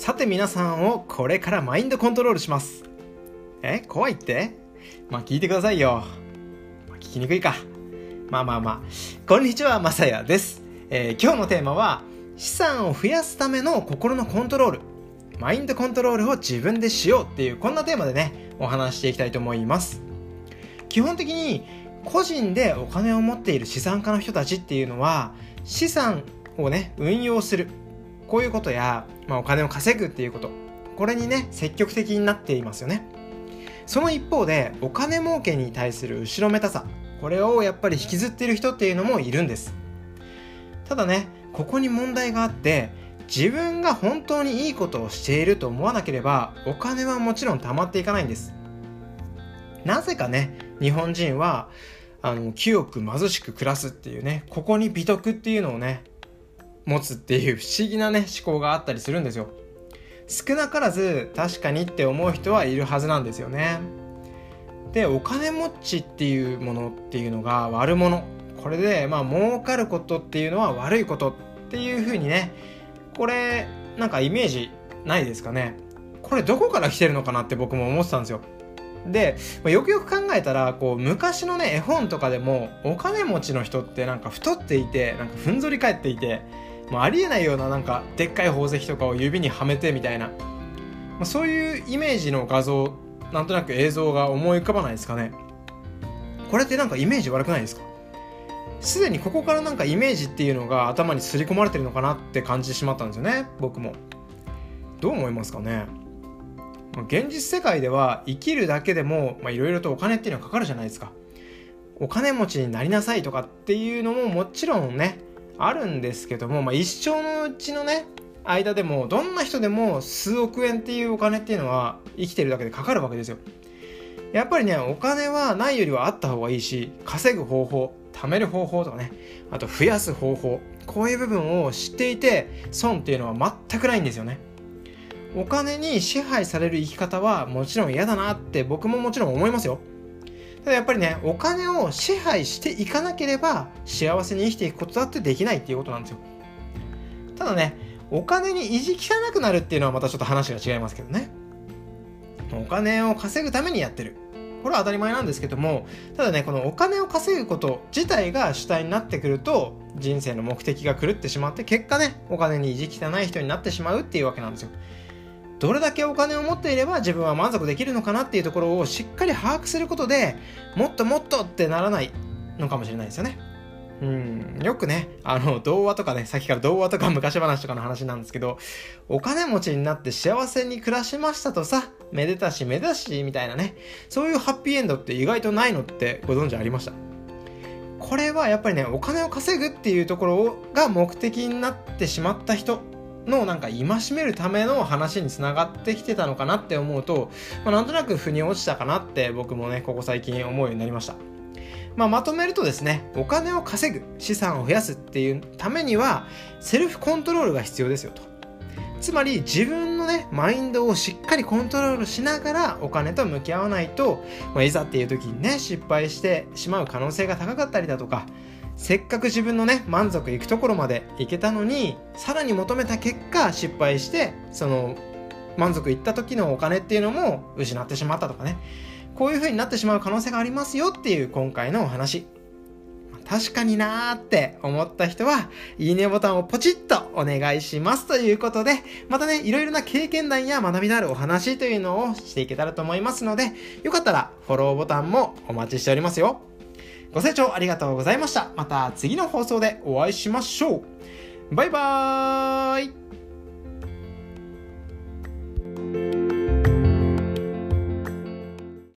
さて皆さんをこれからマインドコントロールします。怖いって？聞いてくださいよ。聞きにくいか。こんにちは、まさやです。今日のテーマは資産を増やすための心のコントロール、マインドコントロールを自分でしようっていう、こんなテーマでねお話していきたいと思います。基本的に個人でお金を持っている資産家の人たちっていうのは、資産をね運用する、こういうことや、お金を稼ぐっていうこと、これにね積極的になっていますよね。その一方でお金儲けに対する後ろめたさ、これをやっぱり引きずっている人っていうのもいるんです。ただね、ここに問題があって、自分が本当にいいことをしていると思わなければお金はもちろん貯まっていかないんです。なぜかね、日本人は清く貧しく暮らすっていうね、ここに美徳っていうのをね持つっていう不思議なね思考があったりするんですよ。少なからず確かにって思う人はいるはずなんですよね。で、お金持ちっていうものっていうのが悪者、これで儲かることっていうのは悪いことっていう風にね、これなんかイメージないですかね。これどこから来てるのかなって僕も思ってたんですよ。で、よくよく考えたら、昔のね絵本とかでもお金持ちの人ってなんか太っていて、なんかふんぞり返っていて、ありえないようななんかでっかい宝石とかを指にはめてみたいな、そういうイメージの画像、なんとなく映像が思い浮かばないですかね。これってなんかイメージ悪くないですか？すでにここからなんかイメージっていうのが頭に刷り込まれてるのかなって感じてしまったんですよね、僕も。どう思いますかね。現実世界では生きるだけでもいろいろとお金っていうのはかかるじゃないですか。お金持ちになりなさいとかっていうのももちろんねあるんですけども、一生のうちのね間でもどんな人でも数億円っていうお金っていうのは生きてるだけでかかるわけですよ。やっぱりね、お金はないよりはあった方がいいし、稼ぐ方法、貯める方法とかね、あと増やす方法、こういう部分を知っていて損っていうのは全くないんですよね。お金に支配される生き方はもちろん嫌だなって僕ももちろん思いますよ。ただやっぱりね、お金を支配していかなければ幸せに生きていくことだってできないっていうことなんですよ。ただね、お金に意地汚くなるっていうのはまたちょっと話が違いますけどね。お金を稼ぐためにやってる、これは当たり前なんですけども、ただね、このお金を稼ぐこと自体が主体になってくると、人生の目的が狂ってしまって、結果ね、お金に意地汚い人になってしまうっていうわけなんですよ。どれだけお金を持っていれば自分は満足できるのかなっていうところをしっかり把握することで、もっともっとってならないのかもしれないですよね。よくね、童話とかね、さっきから童話とか昔話とかの話なんですけど、お金持ちになって幸せに暮らしましたとさ、めでたしめでたしみたいなね、そういうハッピーエンドって意外とないのってご存知ありました？これはやっぱりね、お金を稼ぐっていうところが目的になってしまった人のなんか戒めるための話につながってきてたのかなって思うと、なんとなく腑に落ちたかなって僕もねここ最近思うようになりました。まとめるとですね、お金を稼ぐ、資産を増やすっていうためにはセルフコントロールが必要ですよと。つまり自分のねマインドをしっかりコントロールしながらお金と向き合わないと、いざっていう時にね失敗してしまう可能性が高かったりだとか、せっかく自分のね満足いくところまでいけたのに、さらに求めた結果失敗して、その満足いった時のお金っていうのも失ってしまったとかね、こういう風になってしまう可能性がありますよっていう今回のお話。確かになーって思った人はいいねボタンをポチッとお願いしますということで、またねいろいろな経験談や学びのあるお話というのをしていけたらと思いますので、よかったらフォローボタンもお待ちしておりますよ。ご清聴ありがとうございました。また次の放送でお会いしましょう。バイバーイ。